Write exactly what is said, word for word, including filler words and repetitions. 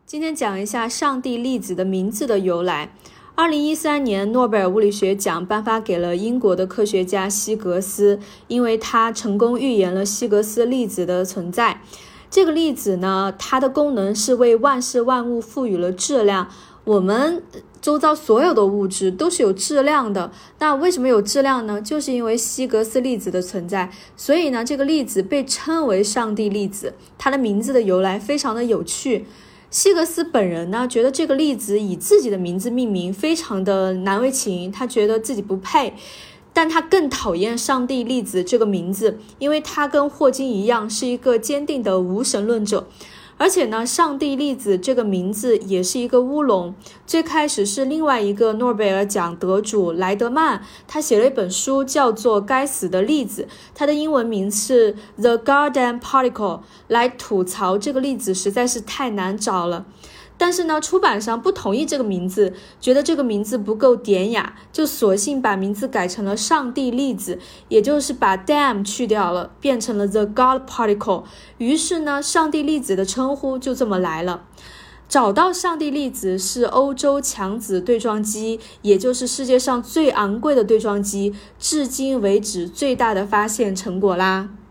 今天讲一下上帝粒子的名字的由来。二零一三年诺贝尔物理学奖颁发给了英国的科学家希格斯，因为他成功预言了希格斯粒子的存在。这个粒子呢，它的功能是为万事万物赋予了质量。我们周遭所有的物质都是有质量的，那为什么有质量呢？就是因为希格斯粒子的存在，所以呢，这个粒子被称为上帝粒子。它的名字的由来非常的有趣。希格斯本人呢，觉得这个粒子以自己的名字命名非常的难为情，他觉得自己不配，但他更讨厌上帝粒子这个名字，因为他跟霍金一样是一个坚定的无神论者。而且呢，上帝粒子这个名字也是一个乌龙。最开始是另外一个诺贝尔奖得主莱德曼，他写了一本书叫做《该死的粒子》，他的英文名是 The Goddamn Particle， 来吐槽这个粒子实在是太难找了。但是呢，出版商不同意这个名字，觉得这个名字不够典雅，就索性把名字改成了上帝粒子，也就是把 damn 去掉了，变成了 the God particle。于是呢，上帝粒子的称呼就这么来了。找到上帝粒子是欧洲强子对撞机，也就是世界上最昂贵的对撞机，至今为止最大的发现成果啦。